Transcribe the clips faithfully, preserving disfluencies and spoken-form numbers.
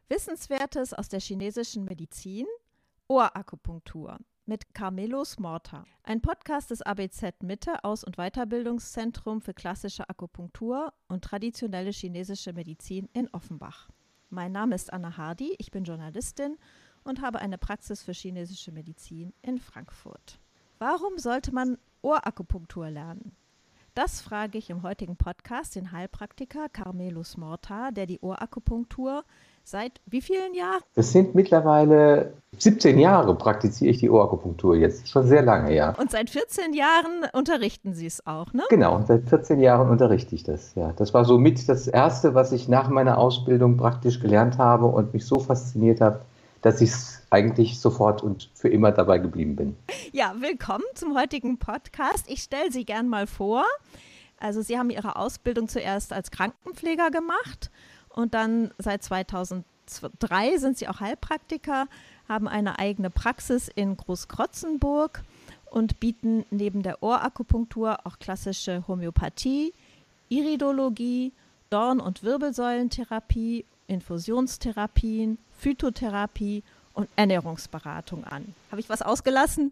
Wissenswertes aus der chinesischen Medizin, Ohrakupunktur mit Carmelos Morta. Ein Podcast des A B Z Mitte Aus- und Weiterbildungszentrum für klassische Akupunktur und traditionelle chinesische Medizin in Offenbach. Mein Name ist Anna Hardy, ich bin Journalistin und habe eine Praxis für chinesische Medizin in Frankfurt. Warum sollte man Ohrakupunktur lernen? Das frage ich im heutigen Podcast den Heilpraktiker Carmelos Morta, der die Ohrakupunktur seit wie vielen Jahren? Das sind mittlerweile siebzehn Jahre praktiziere ich die Ohrakupunktur jetzt. Schon sehr lange, ja. Und seit vierzehn Jahren unterrichten Sie es auch, ne? Genau, seit vierzehn Jahren unterrichte ich das, ja. Das war somit das Erste, was ich nach meiner Ausbildung praktisch gelernt habe und mich so fasziniert hat, dass ich es eigentlich sofort und für immer dabei geblieben bin. Ja, willkommen zum heutigen Podcast. Ich stelle Sie gern mal vor. Also Sie haben Ihre Ausbildung zuerst als Krankenpfleger gemacht und dann seit zweitausenddrei sind Sie auch Heilpraktiker, haben eine eigene Praxis in Großkrotzenburg und bieten neben der Ohrakupunktur auch klassische Homöopathie, Iridologie, Dorn- und Wirbelsäulentherapie, Infusionstherapien, Phytotherapie und Ernährungsberatung an. Habe ich was ausgelassen?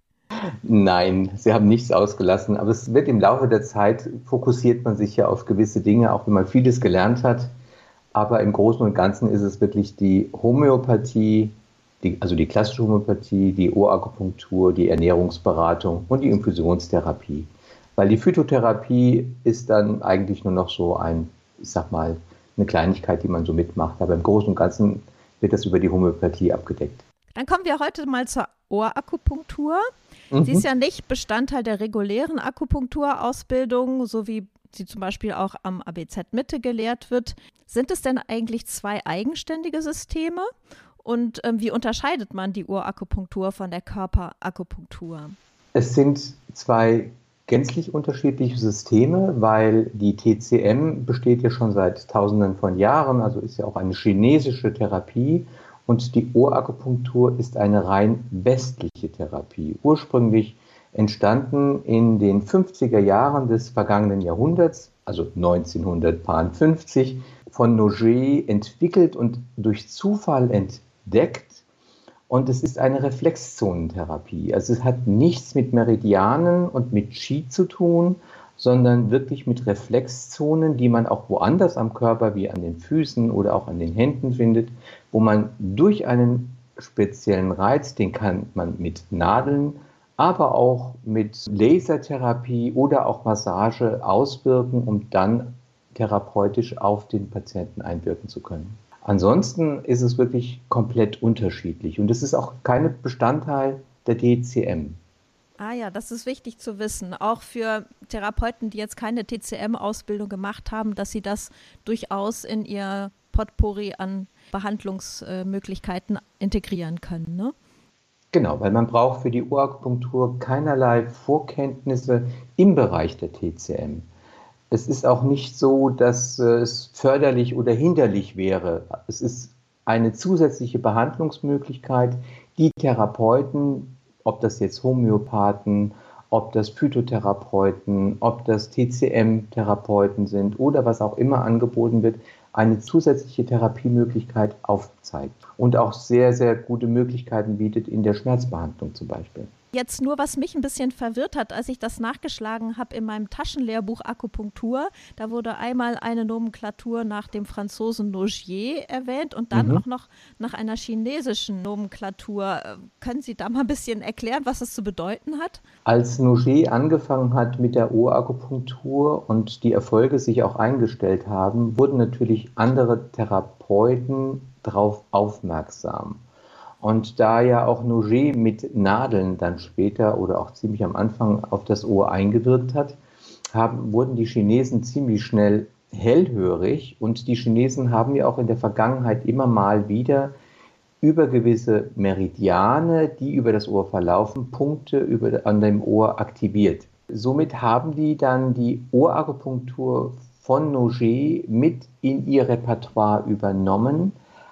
Nein, Sie haben nichts ausgelassen, aber es wird im Laufe der Zeit, fokussiert man sich ja auf gewisse Dinge, auch wenn man vieles gelernt hat. Aber im Großen und Ganzen ist es wirklich die Homöopathie, die, also die klassische Homöopathie, die Ohrakupunktur, die Ernährungsberatung und die Infusionstherapie. Weil die Phytotherapie ist dann eigentlich nur noch so ein, ich sag mal, eine Kleinigkeit, die man so mitmacht. Aber im Großen und Ganzen wird das über die Homöopathie abgedeckt. Dann kommen wir heute mal zur Ohrakupunktur. Mhm. Sie ist ja nicht Bestandteil der regulären Akupunkturausbildung, so wie sie zum Beispiel auch am A B Z Mitte gelehrt wird. Sind es denn eigentlich zwei eigenständige Systeme? Und ähm, wie unterscheidet man die Ohrakupunktur von der Körperakupunktur? Es sind zwei gänzlich unterschiedliche Systeme, weil die T C M besteht ja schon seit Tausenden von Jahren, also ist ja auch eine chinesische Therapie. Und die Ohrakupunktur ist eine rein westliche Therapie. Ursprünglich entstanden in den fünfziger Jahren des vergangenen Jahrhunderts, also neunzehnhundertfünfzig, von Noger entwickelt und durch Zufall entdeckt. Und es ist eine Reflexzonentherapie. Also es hat nichts mit Meridianen und mit Qi zu tun, sondern wirklich mit Reflexzonen, die man auch woanders am Körper, wie an den Füßen oder auch an den Händen findet, wo man durch einen speziellen Reiz, den kann man mit Nadeln, aber auch mit Lasertherapie oder auch Massage auswirken, um dann therapeutisch auf den Patienten einwirken zu können. Ansonsten ist es wirklich komplett unterschiedlich und es ist auch kein Bestandteil der T C M. Ah ja, das ist wichtig zu wissen, auch für Therapeuten, die jetzt keine T C M-Ausbildung gemacht haben, dass sie das durchaus in ihr Potpourri an Behandlungsmöglichkeiten integrieren können, ne? Genau, weil man braucht für die Ohrakupunktur keinerlei Vorkenntnisse im Bereich der T C M. Es ist auch nicht so, dass es förderlich oder hinderlich wäre. Es ist eine zusätzliche Behandlungsmöglichkeit, die Therapeuten, ob das jetzt Homöopathen, ob das Phytotherapeuten, ob das T C M-Therapeuten sind oder was auch immer angeboten wird, eine zusätzliche Therapiemöglichkeit aufzeigt und auch sehr, sehr gute Möglichkeiten bietet in der Schmerzbehandlung zum Beispiel. Jetzt nur, was mich ein bisschen verwirrt hat, als ich das nachgeschlagen habe in meinem Taschenlehrbuch Akupunktur, da wurde einmal eine Nomenklatur nach dem Franzosen Nogier erwähnt und dann mhm. auch noch nach einer chinesischen Nomenklatur. Können Sie da mal ein bisschen erklären, was das zu bedeuten hat? Als Nogier angefangen hat mit der Ohrakupunktur und die Erfolge sich auch eingestellt haben, wurden natürlich andere Therapeuten darauf aufmerksam. Und da ja auch Noger mit Nadeln dann später oder auch ziemlich am Anfang auf das Ohr eingewirkt hat, haben, wurden die Chinesen ziemlich schnell hellhörig. Und die Chinesen haben ja auch in der Vergangenheit immer mal wieder über gewisse Meridiane, die über das Ohr verlaufen, Punkte über, an dem Ohr aktiviert. Somit haben die dann die Ohrakupunktur von Noger mit in ihr Repertoire übernommen,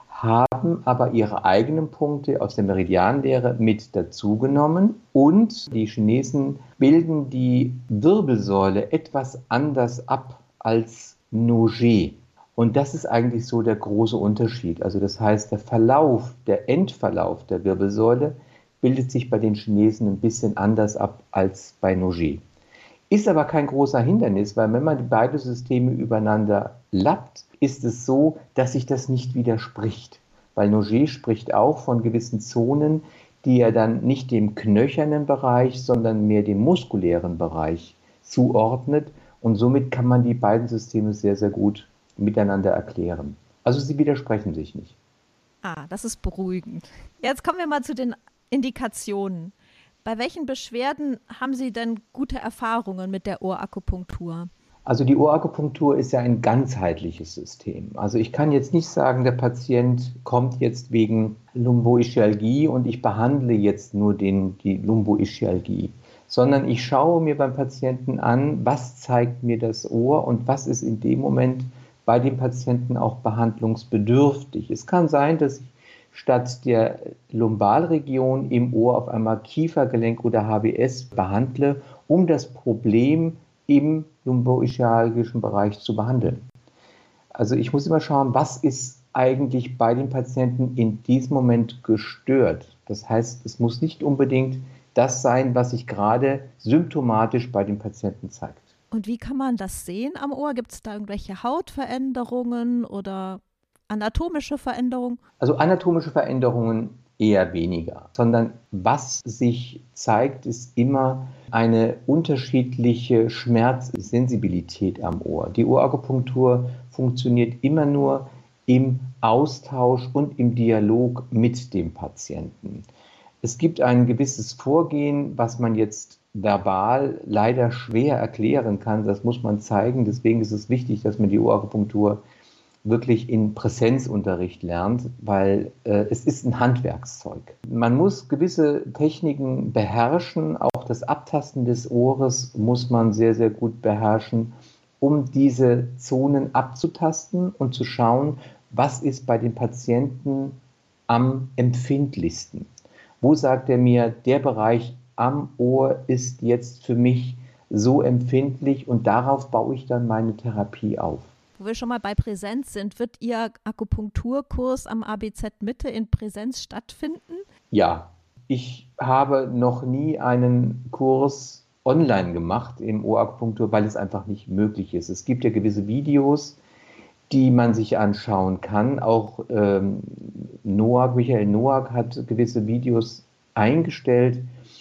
haben aber ihre eigenen Punkte aus der Meridianlehre mit dazugenommen und die Chinesen bilden die Wirbelsäule etwas anders ab als Noger. Und das ist eigentlich so der große Unterschied. Also das heißt, der Verlauf, der Endverlauf der Wirbelsäule bildet sich bei den Chinesen ein bisschen anders ab als bei Noger. Ist aber kein großer Hindernis, weil wenn man die beiden Systeme übereinander lappt, ist es so, dass sich das nicht widerspricht. Weil Noger spricht auch von gewissen Zonen, die er dann nicht dem knöchernen Bereich, sondern mehr dem muskulären Bereich zuordnet. Und somit kann man die beiden Systeme sehr, sehr gut miteinander erklären. Also sie widersprechen sich nicht. Ah, das ist beruhigend. Jetzt kommen wir mal zu den Indikationen. Bei welchen Beschwerden haben Sie denn gute Erfahrungen mit der Ohrakupunktur? Also die Ohrakupunktur ist ja ein ganzheitliches System. Also ich kann jetzt nicht sagen, der Patient kommt jetzt wegen Lumboischialgie und ich behandle jetzt nur den, die Lumboischialgie, sondern ich schaue mir beim Patienten an, was zeigt mir das Ohr und was ist in dem Moment bei dem Patienten auch behandlungsbedürftig. Es kann sein, dass ich statt der Lumbalregion im Ohr auf einmal Kiefergelenk oder H B S behandle, um das Problem im lumboischialgischen Bereich zu behandeln. Also ich muss immer schauen, was ist eigentlich bei den Patienten in diesem Moment gestört. Das heißt, es muss nicht unbedingt das sein, was sich gerade symptomatisch bei den Patienten zeigt. Und wie kann man das sehen am Ohr? Gibt es da irgendwelche Hautveränderungen oder anatomische Veränderungen? Also anatomische Veränderungen eher weniger, sondern was sich zeigt, ist immer eine unterschiedliche Schmerzsensibilität am Ohr. Die Ohrakupunktur funktioniert immer nur im Austausch und im Dialog mit dem Patienten. Es gibt ein gewisses Vorgehen, was man jetzt verbal leider schwer erklären kann. Das muss man zeigen. Deswegen ist es wichtig, dass man die Ohrakupunktur wirklich in Präsenzunterricht lernt, weil äh, es ist ein Handwerkszeug. Man muss gewisse Techniken beherrschen, auch das Abtasten des Ohres muss man sehr, sehr gut beherrschen, um diese Zonen abzutasten und zu schauen, was ist bei den Patienten am empfindlichsten. Wo sagt er mir, der Bereich am Ohr ist jetzt für mich so empfindlich und darauf baue ich dann meine Therapie auf. Wo wir schon mal bei Präsenz sind, wird Ihr Akupunkturkurs am A B Z Mitte in Präsenz stattfinden? Ja, ich habe noch nie einen Kurs online gemacht im Ohrakupunktur, weil es einfach nicht möglich ist. Es gibt ja gewisse Videos, die man sich anschauen kann. Auch ähm, Noack, Michael Noack hat gewisse Videos eingestellt.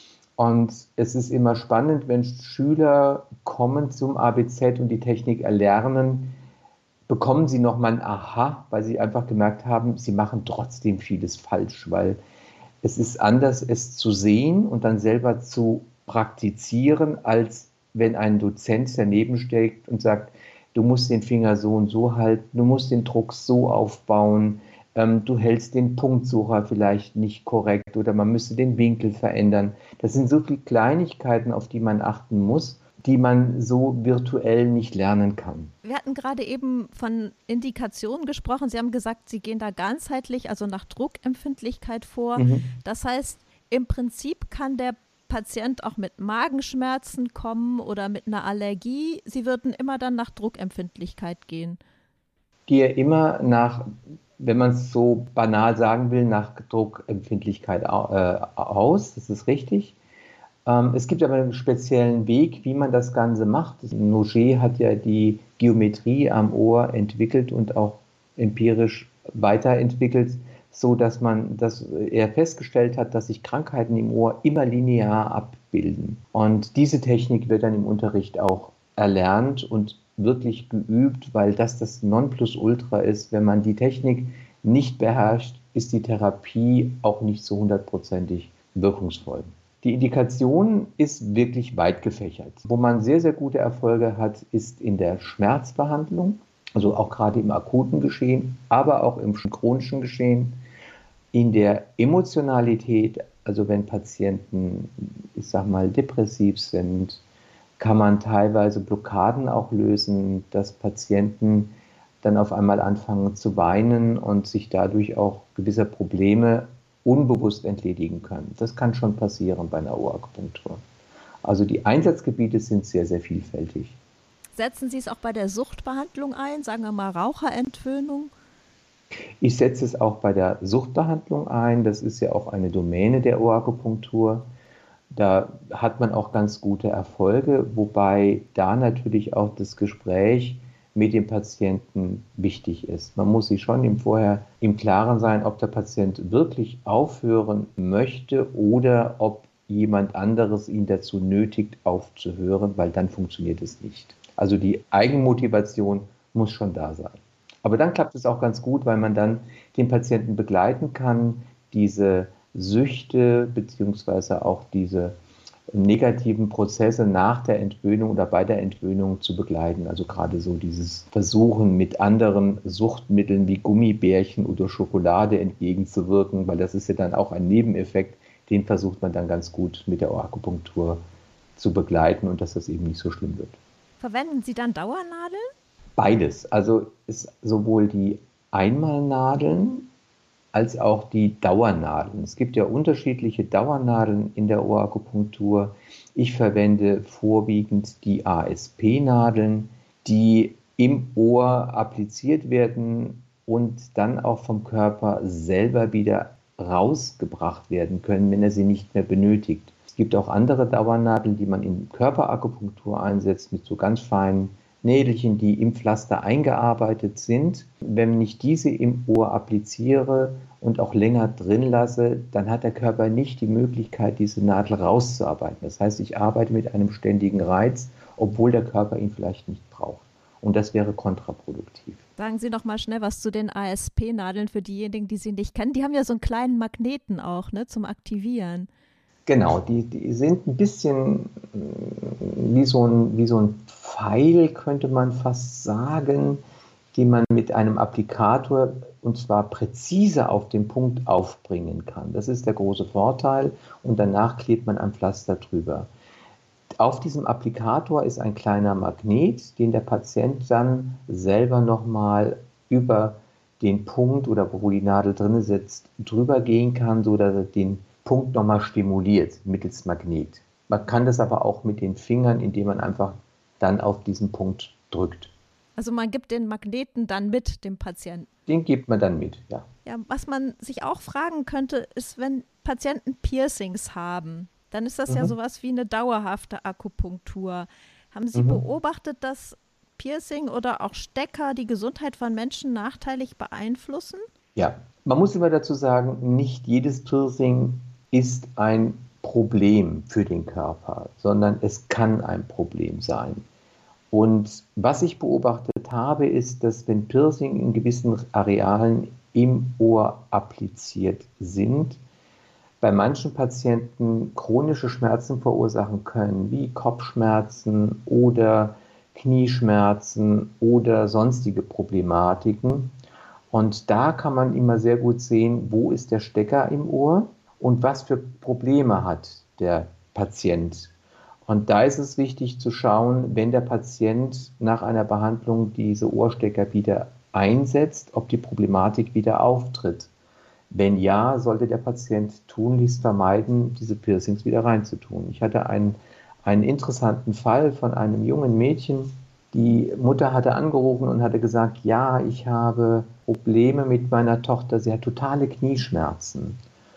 Und es ist immer spannend, wenn Schüler kommen zum A B Z und die Technik erlernen, bekommen sie nochmal ein Aha, weil sie einfach gemerkt haben, sie machen trotzdem vieles falsch, weil es ist anders, es zu sehen und dann selber zu praktizieren, als wenn ein Dozent daneben steht und sagt, du musst den Finger so und so halten, du musst den Druck so aufbauen, ähm, du hältst den Punktsucher vielleicht nicht korrekt oder man müsste den Winkel verändern. Das sind so viele Kleinigkeiten, auf die man achten muss, die man so virtuell nicht lernen kann. Wir hatten gerade eben von Indikationen gesprochen. Sie haben gesagt, Sie gehen da ganzheitlich, also nach Druckempfindlichkeit vor. Mhm. Das heißt, im Prinzip kann der Patient auch mit Magenschmerzen kommen oder mit einer Allergie. Sie würden immer dann nach Druckempfindlichkeit gehen. Ich gehe immer nach, wenn man es so banal sagen will, nach Druckempfindlichkeit aus. Das ist richtig. Es gibt aber einen speziellen Weg, wie man das Ganze macht. Noger hat ja die Geometrie am Ohr entwickelt und auch empirisch weiterentwickelt, so dass man, dass er festgestellt hat, dass sich Krankheiten im Ohr immer linear abbilden. Und diese Technik wird dann im Unterricht auch erlernt und wirklich geübt, weil das das Nonplusultra ist. Wenn man die Technik nicht beherrscht, ist die Therapie auch nicht so hundertprozentig wirkungsvoll. Die Indikation ist wirklich weit gefächert. Wo man sehr, sehr gute Erfolge hat, ist in der Schmerzbehandlung, also auch gerade im akuten Geschehen, aber auch im chronischen Geschehen, in der Emotionalität, also wenn Patienten, ich sag mal, depressiv sind, kann man teilweise Blockaden auch lösen, dass Patienten dann auf einmal anfangen zu weinen und sich dadurch auch gewisser Probleme unbewusst entledigen können. Das kann schon passieren bei einer Ohrakupunktur. Also die Einsatzgebiete sind sehr, sehr vielfältig. Setzen Sie es auch bei der Suchtbehandlung ein, sagen wir mal Raucherentwöhnung? Ich setze es auch bei der Suchtbehandlung ein. Das ist ja auch eine Domäne der Ohrakupunktur. Da hat man auch ganz gute Erfolge, wobei da natürlich auch das Gespräch mit dem Patienten wichtig ist. Man muss sich schon im Vorher im Klaren sein, ob der Patient wirklich aufhören möchte oder ob jemand anderes ihn dazu nötigt, aufzuhören, weil dann funktioniert es nicht. Also die Eigenmotivation muss schon da sein. Aber dann klappt es auch ganz gut, weil man dann den Patienten begleiten kann, diese Süchte beziehungsweise auch diese negativen Prozesse nach der Entwöhnung oder bei der Entwöhnung zu begleiten. Also gerade so dieses Versuchen, mit anderen Suchtmitteln wie Gummibärchen oder Schokolade entgegenzuwirken, weil das ist ja dann auch ein Nebeneffekt, den versucht man dann ganz gut mit der Ohrakupunktur zu begleiten und dass das eben nicht so schlimm wird. Verwenden Sie dann Dauernadeln? Beides. Also ist sowohl die Einmalnadeln als auch die Dauernadeln. Es gibt ja unterschiedliche Dauernadeln in der Ohrakupunktur. Ich verwende vorwiegend die A S P-Nadeln, die im Ohr appliziert werden und dann auch vom Körper selber wieder rausgebracht werden können, wenn er sie nicht mehr benötigt. Es gibt auch andere Dauernadeln, die man in Körperakupunktur einsetzt, mit so ganz feinen Nädelchen, die im Pflaster eingearbeitet sind. Wenn ich diese im Ohr appliziere und auch länger drin lasse, dann hat der Körper nicht die Möglichkeit, diese Nadel rauszuarbeiten. Das heißt, ich arbeite mit einem ständigen Reiz, obwohl der Körper ihn vielleicht nicht braucht. Und das wäre kontraproduktiv. Sagen Sie noch mal schnell was zu den A S P-Nadeln für diejenigen, die sie nicht kennen. Die haben ja so einen kleinen Magneten auch, ne, zum Aktivieren. Genau, die, die sind ein bisschen wie so ein, wie so ein Pfeil, könnte man fast sagen, die man mit einem Applikator und zwar präzise auf den Punkt aufbringen kann. Das ist der große Vorteil und danach klebt man ein Pflaster drüber. Auf diesem Applikator ist ein kleiner Magnet, den der Patient dann selber nochmal über den Punkt oder wo die Nadel drin sitzt, drüber gehen kann, sodass er den Punkt nochmal stimuliert mittels Magnet. Man kann das aber auch mit den Fingern, indem man einfach dann auf diesen Punkt drückt. Also man gibt den Magneten dann mit dem Patienten. Den gibt man dann mit, ja. Ja, was man sich auch fragen könnte, ist, wenn Patienten Piercings haben, dann ist das mhm. ja sowas wie eine dauerhafte Akupunktur. Haben Sie mhm. beobachtet, dass Piercing oder auch Stecker die Gesundheit von Menschen nachteilig beeinflussen? Ja, man muss immer dazu sagen, nicht jedes Piercing ist ein Problem für den Körper, sondern es kann ein Problem sein. Und was ich beobachtet habe, ist, dass wenn Piercing in gewissen Arealen im Ohr appliziert sind, bei manchen Patienten chronische Schmerzen verursachen können, wie Kopfschmerzen oder Knieschmerzen oder sonstige Problematiken. Und da kann man immer sehr gut sehen, wo ist der Stecker im Ohr und was für Probleme hat der Patient. Und da ist es wichtig zu schauen, wenn der Patient nach einer Behandlung diese Ohrstecker wieder einsetzt, ob die Problematik wieder auftritt. Wenn ja, sollte der Patient tunlichst vermeiden, diese Piercings wieder reinzutun. Ich hatte einen, einen interessanten Fall von einem jungen Mädchen. Die Mutter hatte angerufen und hatte gesagt, ja, ich habe Probleme mit meiner Tochter, sie hat totale Knieschmerzen.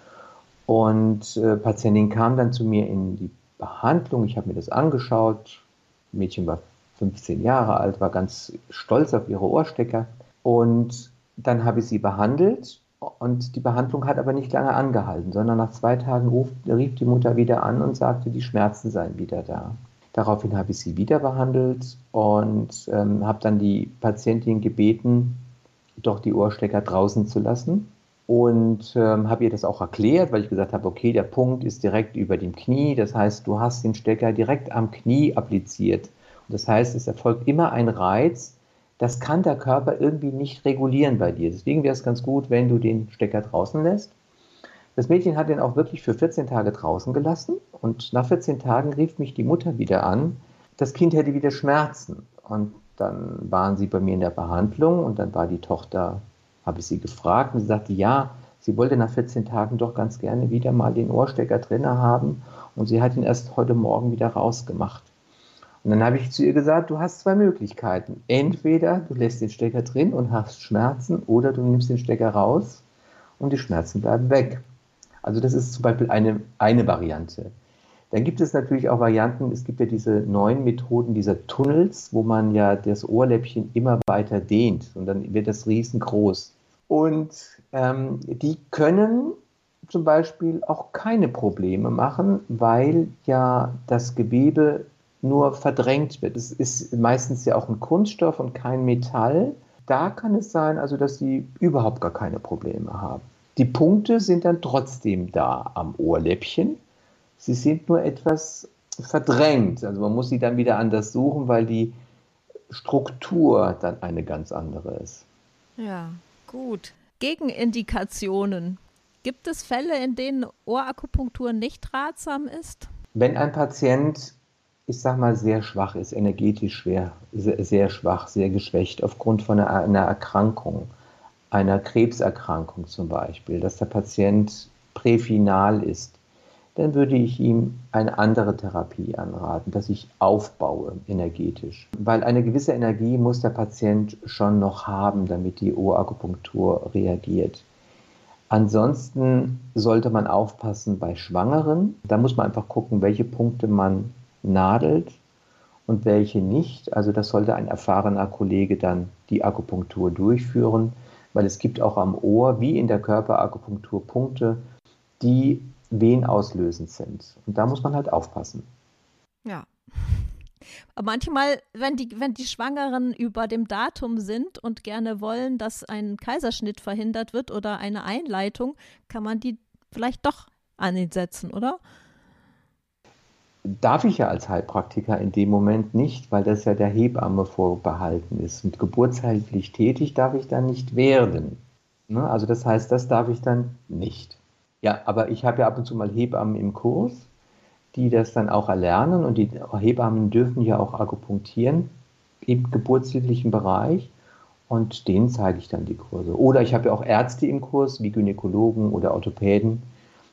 Und äh, Patientin kam dann zu mir in die Behandlung, ich habe mir das angeschaut, das Mädchen war fünfzehn Jahre alt, war ganz stolz auf ihre Ohrstecker und dann habe ich sie behandelt und die Behandlung hat aber nicht lange angehalten, sondern nach zwei Tagen ruf, rief die Mutter wieder an und sagte, die Schmerzen seien wieder da. Daraufhin habe ich sie wieder behandelt und ähm, habe dann die Patientin gebeten, doch die Ohrstecker draußen zu lassen. Und ähm, habe ihr das auch erklärt, weil ich gesagt habe, okay, der Punkt ist direkt über dem Knie. Das heißt, du hast den Stecker direkt am Knie appliziert. Und das heißt, es erfolgt immer ein Reiz. Das kann der Körper irgendwie nicht regulieren bei dir. Deswegen wäre es ganz gut, wenn du den Stecker draußen lässt. Das Mädchen hat den auch wirklich für vierzehn Tage draußen gelassen. Und nach vierzehn Tagen rief mich die Mutter wieder an. Das Kind hätte wieder Schmerzen. Und dann waren sie bei mir in der Behandlung und dann war die Tochter, habe ich sie gefragt und sie sagte, ja, sie wollte nach vierzehn Tagen doch ganz gerne wieder mal den Ohrstecker drin haben und sie hat ihn erst heute Morgen wieder rausgemacht. Und dann habe ich zu ihr gesagt, du hast zwei Möglichkeiten. Entweder du lässt den Stecker drin und hast Schmerzen oder du nimmst den Stecker raus und die Schmerzen bleiben weg. Also das ist zum Beispiel eine, eine Variante. Dann gibt es natürlich auch Varianten, es gibt ja diese neuen Methoden dieser Tunnels, wo man ja das Ohrläppchen immer weiter dehnt und dann wird das riesengroß. Und ähm, die können zum Beispiel auch keine Probleme machen, weil ja das Gewebe nur verdrängt wird. Es ist meistens ja auch ein Kunststoff und kein Metall. Da kann es sein, also dass sie überhaupt gar keine Probleme haben. Die Punkte sind dann trotzdem da am Ohrläppchen. Sie sind nur etwas verdrängt. Also man muss sie dann wieder anders suchen, weil die Struktur dann eine ganz andere ist. Ja, gut. Gegenindikationen. Gibt es Fälle, in denen Ohrakupunktur nicht ratsam ist? Wenn ein Patient, ich sag mal, sehr schwach ist, energetisch schwer, sehr, sehr schwach, sehr geschwächt, aufgrund von einer, einer Erkrankung, einer Krebserkrankung zum Beispiel, dass der Patient präfinal ist, dann würde ich ihm eine andere Therapie anraten, dass ich aufbaue energetisch. Weil eine gewisse Energie muss der Patient schon noch haben, damit die Ohrakupunktur reagiert. Ansonsten sollte man aufpassen bei Schwangeren. Da muss man einfach gucken, welche Punkte man nadelt und welche nicht. Also das sollte ein erfahrener Kollege dann die Akupunktur durchführen, weil es gibt auch am Ohr, wie in der Körperakupunktur, Punkte, die venauslösend sind. Und da muss man halt aufpassen. Ja. Aber manchmal, wenn die, wenn die Schwangeren über dem Datum sind und gerne wollen, dass ein Kaiserschnitt verhindert wird oder eine Einleitung, kann man die vielleicht doch ansetzen, oder? Darf ich ja als Heilpraktiker in dem Moment nicht, weil das ja der Hebamme vorbehalten ist. Und geburtsheilpflichtig tätig darf ich dann nicht werden. Ne? Also das heißt, das darf ich dann nicht. Ja, aber ich habe ja ab und zu mal Hebammen im Kurs, die das dann auch erlernen und die Hebammen dürfen ja auch akupunktieren im geburtshilflichen Bereich und denen zeige ich dann die Kurse. Oder ich habe ja auch Ärzte im Kurs, wie Gynäkologen oder Orthopäden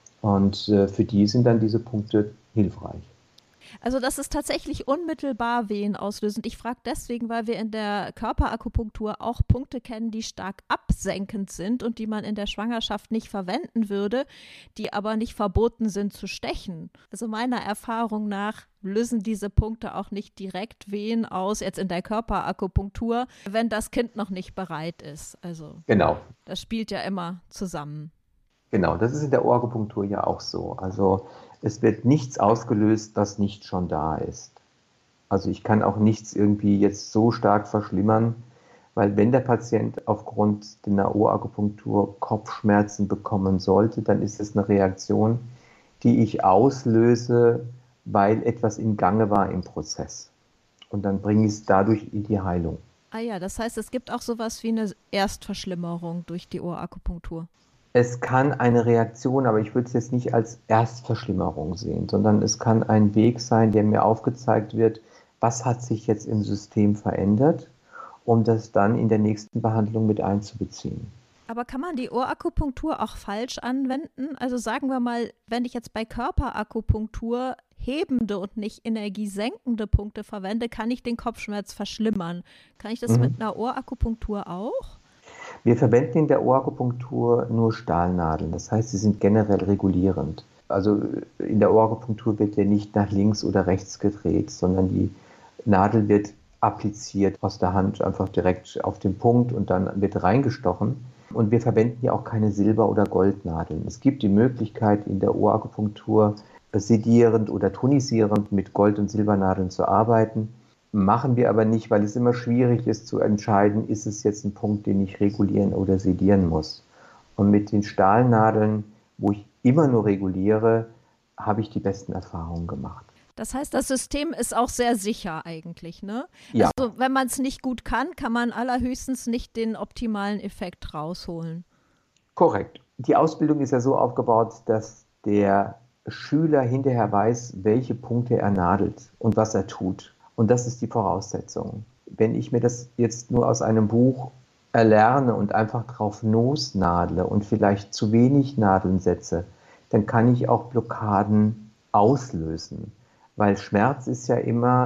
und äh, für die sind dann diese Punkte hilfreich. Also das ist tatsächlich unmittelbar venenauslösend. Ich frage deswegen, weil wir in der Körperakupunktur auch Punkte kennen, die stark absenkend sind und die man in der Schwangerschaft nicht verwenden würde, die aber nicht verboten sind zu stechen. Also meiner Erfahrung nach lösen diese Punkte auch nicht direkt Wehen aus, jetzt in der Körperakupunktur, wenn das Kind noch nicht bereit ist. Also genau. Das spielt ja immer zusammen. Genau, das ist in der Ohrakupunktur ja auch so. Also es wird nichts ausgelöst, was nicht schon da ist. Also ich kann auch nichts irgendwie jetzt so stark verschlimmern, weil wenn der Patient aufgrund der Ohrakupunktur Kopfschmerzen bekommen sollte, dann ist es eine Reaktion, die ich auslöse, weil etwas im Gange war im Prozess. Und dann bringe ich es dadurch in die Heilung. Ah ja, das heißt, es gibt auch sowas wie eine Erstverschlimmerung durch die Ohrakupunktur. Es kann eine Reaktion, aber ich würde es jetzt nicht als Erstverschlimmerung sehen, sondern es kann ein Weg sein, der mir aufgezeigt wird, was hat sich jetzt im System verändert, um das dann in der nächsten Behandlung mit einzubeziehen. Aber kann man die Ohrakupunktur auch falsch anwenden? Also sagen wir mal, wenn ich jetzt bei Körperakupunktur hebende und nicht energiesenkende Punkte verwende, kann ich den Kopfschmerz verschlimmern. Kann ich das mhm. mit einer Ohrakupunktur auch? Wir verwenden in der Ohrakupunktur nur Stahlnadeln, das heißt, sie sind generell regulierend. Also in der Ohrakupunktur wird ja nicht nach links oder rechts gedreht, sondern die Nadel wird appliziert aus der Hand einfach direkt auf den Punkt und dann wird reingestochen. Und wir verwenden ja auch keine Silber- oder Goldnadeln. Es gibt die Möglichkeit in der Ohrakupunktur sedierend oder tonisierend mit Gold- und Silbernadeln zu arbeiten. Machen wir aber nicht, weil es immer schwierig ist zu entscheiden, ist es jetzt ein Punkt, den ich regulieren oder sedieren muss. Und mit den Stahlnadeln, wo ich immer nur reguliere, habe ich die besten Erfahrungen gemacht. Das heißt, das System ist auch sehr sicher eigentlich, ne? Ja. Also wenn man es nicht gut kann, kann man allerhöchstens nicht den optimalen Effekt rausholen. Korrekt. Die Ausbildung ist ja so aufgebaut, dass der Schüler hinterher weiß, welche Punkte er nadelt und was er tut. Und das ist die Voraussetzung. Wenn ich mir das jetzt nur aus einem Buch erlerne und einfach drauf losnadle und vielleicht zu wenig Nadeln setze, dann kann ich auch Blockaden auslösen. Weil Schmerz ist ja immer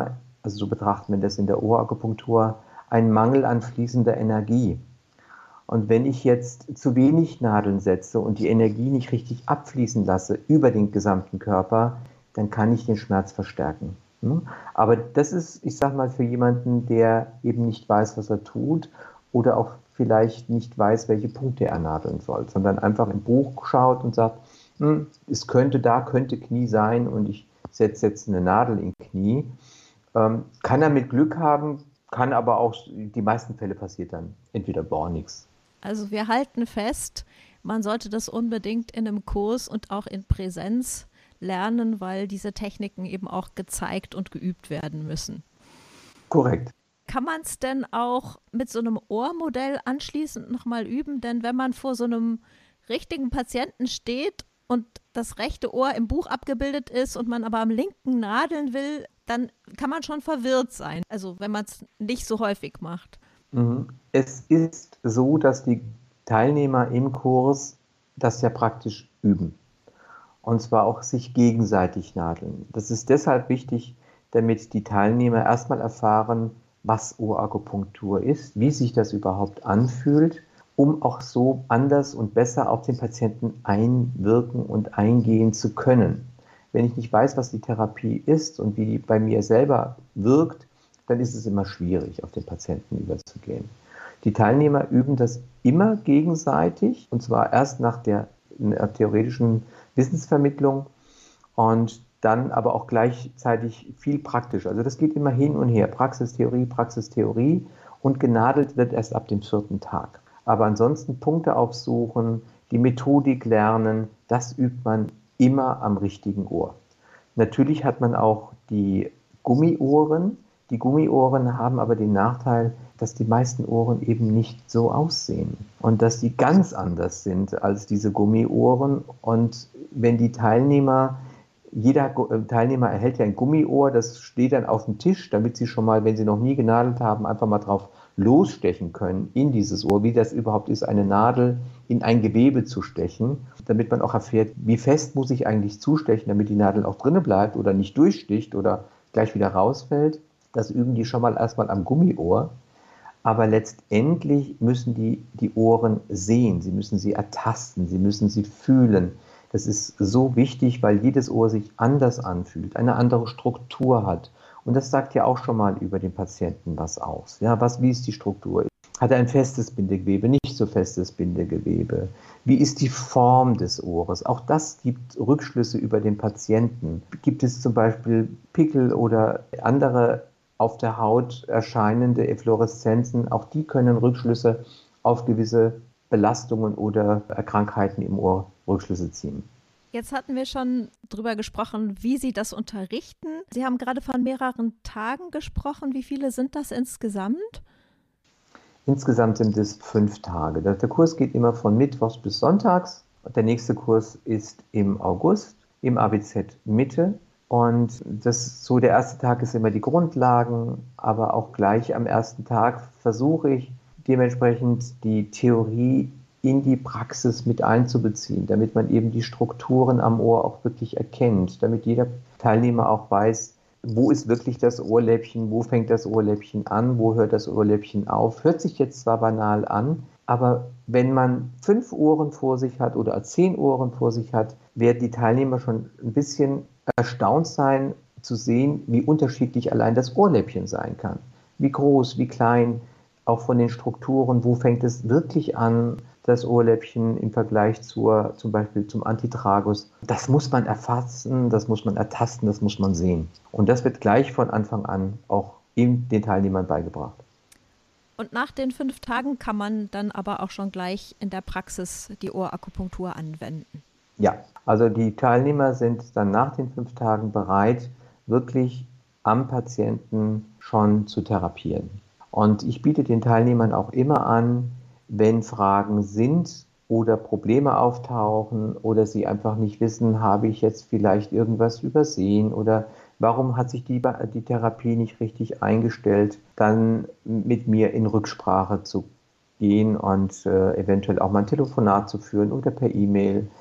also so betrachtet man das in der Ohrakupunktur, ein Mangel an fließender Energie. Und wenn ich jetzt zu wenig Nadeln setze und die Energie nicht richtig abfließen lasse über den gesamten Körper, dann kann ich den Schmerz verstärken. Aber das ist, ich sag mal, für jemanden, der eben nicht weiß, was er tut oder auch vielleicht nicht weiß, welche Punkte er nadeln soll, sondern einfach im Buch schaut und sagt, hm, es könnte da, könnte Knie sein und ich setze jetzt eine Nadel in Knie. Ähm, kann er mit Glück haben, kann aber auch, die meisten Fälle passiert dann entweder gar nichts. Also wir halten fest, man sollte das unbedingt in einem Kurs und auch in Präsenz lernen, weil diese Techniken eben auch gezeigt und geübt werden müssen. Korrekt. Kann man es denn auch mit so einem Ohrmodell anschließend nochmal üben? Denn wenn man vor so einem richtigen Patienten steht und das rechte Ohr im Buch abgebildet ist und man aber am linken nadeln will, dann kann man schon verwirrt sein. Also wenn man es nicht so häufig macht. Es ist so, dass die Teilnehmer im Kurs das ja praktisch üben. Und zwar auch sich gegenseitig nadeln. Das ist deshalb wichtig, damit die Teilnehmer erstmal erfahren, was Ohrakupunktur ist, wie sich das überhaupt anfühlt, um auch so anders und besser auf den Patienten einwirken und eingehen zu können. Wenn ich nicht weiß, was die Therapie ist und wie die bei mir selber wirkt, dann ist es immer schwierig, auf den Patienten überzugehen. Die Teilnehmer üben das immer gegenseitig, und zwar erst nach der, der theoretischen Wissensvermittlung und dann aber auch gleichzeitig viel praktisch. Also das geht immer hin und her, Praxistheorie, Praxistheorie, und genadelt wird erst ab dem vierten Tag. Aber ansonsten Punkte aufsuchen, die Methodik lernen, das übt man immer am richtigen Ohr. Natürlich hat man auch die Gummiohren. Die Gummiohren haben aber den Nachteil, dass die meisten Ohren eben nicht so aussehen und dass die ganz anders sind als diese Gummiohren. Und wenn die Teilnehmer, jeder Teilnehmer erhält ja ein Gummiohr, das steht dann auf dem Tisch, damit sie schon mal, wenn sie noch nie genadelt haben, einfach mal drauf losstechen können in dieses Ohr, wie das überhaupt ist, eine Nadel in ein Gewebe zu stechen, damit man auch erfährt, wie fest muss ich eigentlich zustechen, damit die Nadel auch drinne bleibt oder nicht durchsticht oder gleich wieder rausfällt. Das üben die schon mal erstmal am Gummiohr. Aber letztendlich müssen die die Ohren sehen, sie müssen sie ertasten, sie müssen sie fühlen. Das ist so wichtig, weil jedes Ohr sich anders anfühlt, eine andere Struktur hat. Und das sagt ja auch schon mal über den Patienten was aus. Ja, was, wie ist die Struktur? Hat er ein festes Bindegewebe, nicht so festes Bindegewebe? Wie ist die Form des Ohres? Auch das gibt Rückschlüsse über den Patienten. Gibt es zum Beispiel Pickel oder andere auf der Haut erscheinende Effloreszenzen? Auch die können Rückschlüsse auf gewisse Belastungen oder Krankheiten im Ohr Rückschlüsse ziehen. Jetzt hatten wir schon drüber gesprochen, wie Sie das unterrichten. Sie haben gerade von mehreren Tagen gesprochen. Wie viele sind das insgesamt? Insgesamt sind es fünf Tage. Der Kurs geht immer von Mittwochs bis Sonntags. Der nächste Kurs ist im August im A B Z Mitte. Und das, so der erste Tag ist immer die Grundlagen, aber auch gleich am ersten Tag versuche ich dementsprechend die Theorie in die Praxis mit einzubeziehen, damit man eben die Strukturen am Ohr auch wirklich erkennt, damit jeder Teilnehmer auch weiß, wo ist wirklich das Ohrläppchen, wo fängt das Ohrläppchen an, wo hört das Ohrläppchen auf. Hört sich jetzt zwar banal an, aber wenn man fünf Ohren vor sich hat oder zehn Ohren vor sich hat, werden die Teilnehmer schon ein bisschen erstaunt sein, zu sehen, wie unterschiedlich allein das Ohrläppchen sein kann. Wie groß, wie klein, auch von den Strukturen, wo fängt es wirklich an, das Ohrläppchen im Vergleich zur, zum Beispiel zum Antitragus. Das muss man erfassen, das muss man ertasten, das muss man sehen. Und das wird gleich von Anfang an auch den Teilnehmern beigebracht. Und nach den fünf Tagen kann man dann aber auch schon gleich in der Praxis die Ohrakupunktur anwenden. Ja, also die Teilnehmer sind dann nach den fünf Tagen bereit, wirklich am Patienten schon zu therapieren. Und ich biete den Teilnehmern auch immer an, wenn Fragen sind oder Probleme auftauchen oder sie einfach nicht wissen, habe ich jetzt vielleicht irgendwas übersehen oder warum hat sich die, die Therapie nicht richtig eingestellt, dann mit mir in Rücksprache zu gehen und äh, eventuell auch mal ein Telefonat zu führen oder per E-Mail.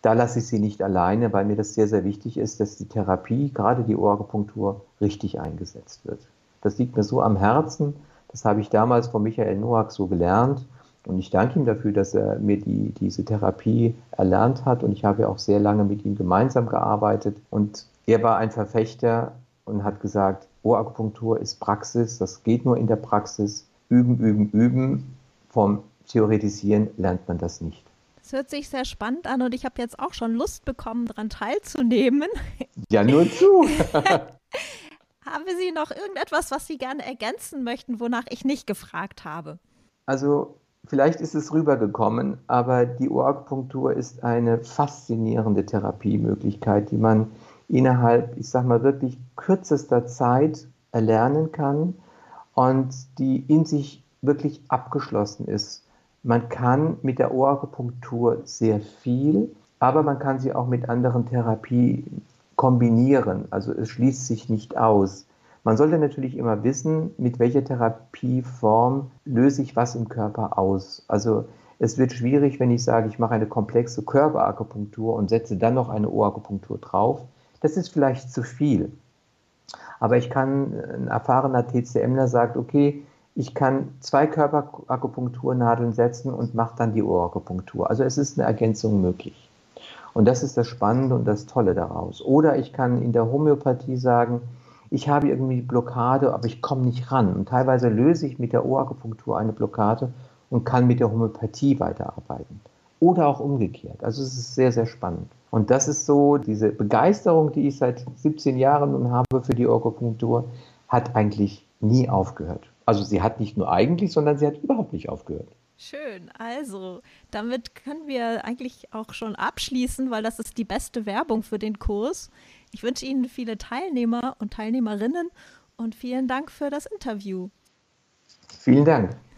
da lasse ich sie nicht alleine, weil mir das sehr, sehr wichtig ist, dass die Therapie, gerade die Ohrakupunktur, richtig eingesetzt wird. Das liegt mir so am Herzen. Das habe ich damals von Michael Noack so gelernt. Und ich danke ihm dafür, dass er mir die, diese Therapie erlernt hat. Und ich habe ja auch sehr lange mit ihm gemeinsam gearbeitet. Und er war ein Verfechter und hat gesagt, Ohrakupunktur ist Praxis. Das geht nur in der Praxis. Üben, üben, üben. Vom Theoretisieren lernt man das nicht. Das hört sich sehr spannend an und ich habe jetzt auch schon Lust bekommen, daran teilzunehmen. Ja, nur zu. Haben Sie noch irgendetwas, was Sie gerne ergänzen möchten, wonach ich nicht gefragt habe? Also vielleicht ist es rübergekommen, aber die Ohrakupunktur ist eine faszinierende Therapiemöglichkeit, die man innerhalb, ich sag mal, wirklich kürzester Zeit erlernen kann und die in sich wirklich abgeschlossen ist. Man kann mit der Ohrakupunktur sehr viel, aber man kann sie auch mit anderen Therapien kombinieren. Also es schließt sich nicht aus. Man sollte natürlich immer wissen, mit welcher Therapieform löse ich was im Körper aus. Also es wird schwierig, wenn ich sage, ich mache eine komplexe Körperakupunktur und setze dann noch eine Ohrakupunktur drauf. Das ist vielleicht zu viel. Aber ich kann, ein erfahrener TCMler sagt, okay, ich kann zwei Körperakupunkturnadeln setzen und mache dann die Ohrakupunktur. Also es ist eine Ergänzung möglich. Und das ist das Spannende und das Tolle daraus. Oder ich kann in der Homöopathie sagen, ich habe irgendwie Blockade, aber ich komme nicht ran. Und teilweise löse ich mit der Ohrakupunktur eine Blockade und kann mit der Homöopathie weiterarbeiten. Oder auch umgekehrt. Also es ist sehr, sehr spannend. Und das ist so, diese Begeisterung, die ich seit siebzehn Jahren nun habe für die Ohrakupunktur, hat eigentlich nie aufgehört. Also sie hat nicht nur eigentlich, sondern sie hat überhaupt nicht aufgehört. Schön, also damit können wir eigentlich auch schon abschließen, weil das ist die beste Werbung für den Kurs. Ich wünsche Ihnen viele Teilnehmer und Teilnehmerinnen und vielen Dank für das Interview. Vielen Dank.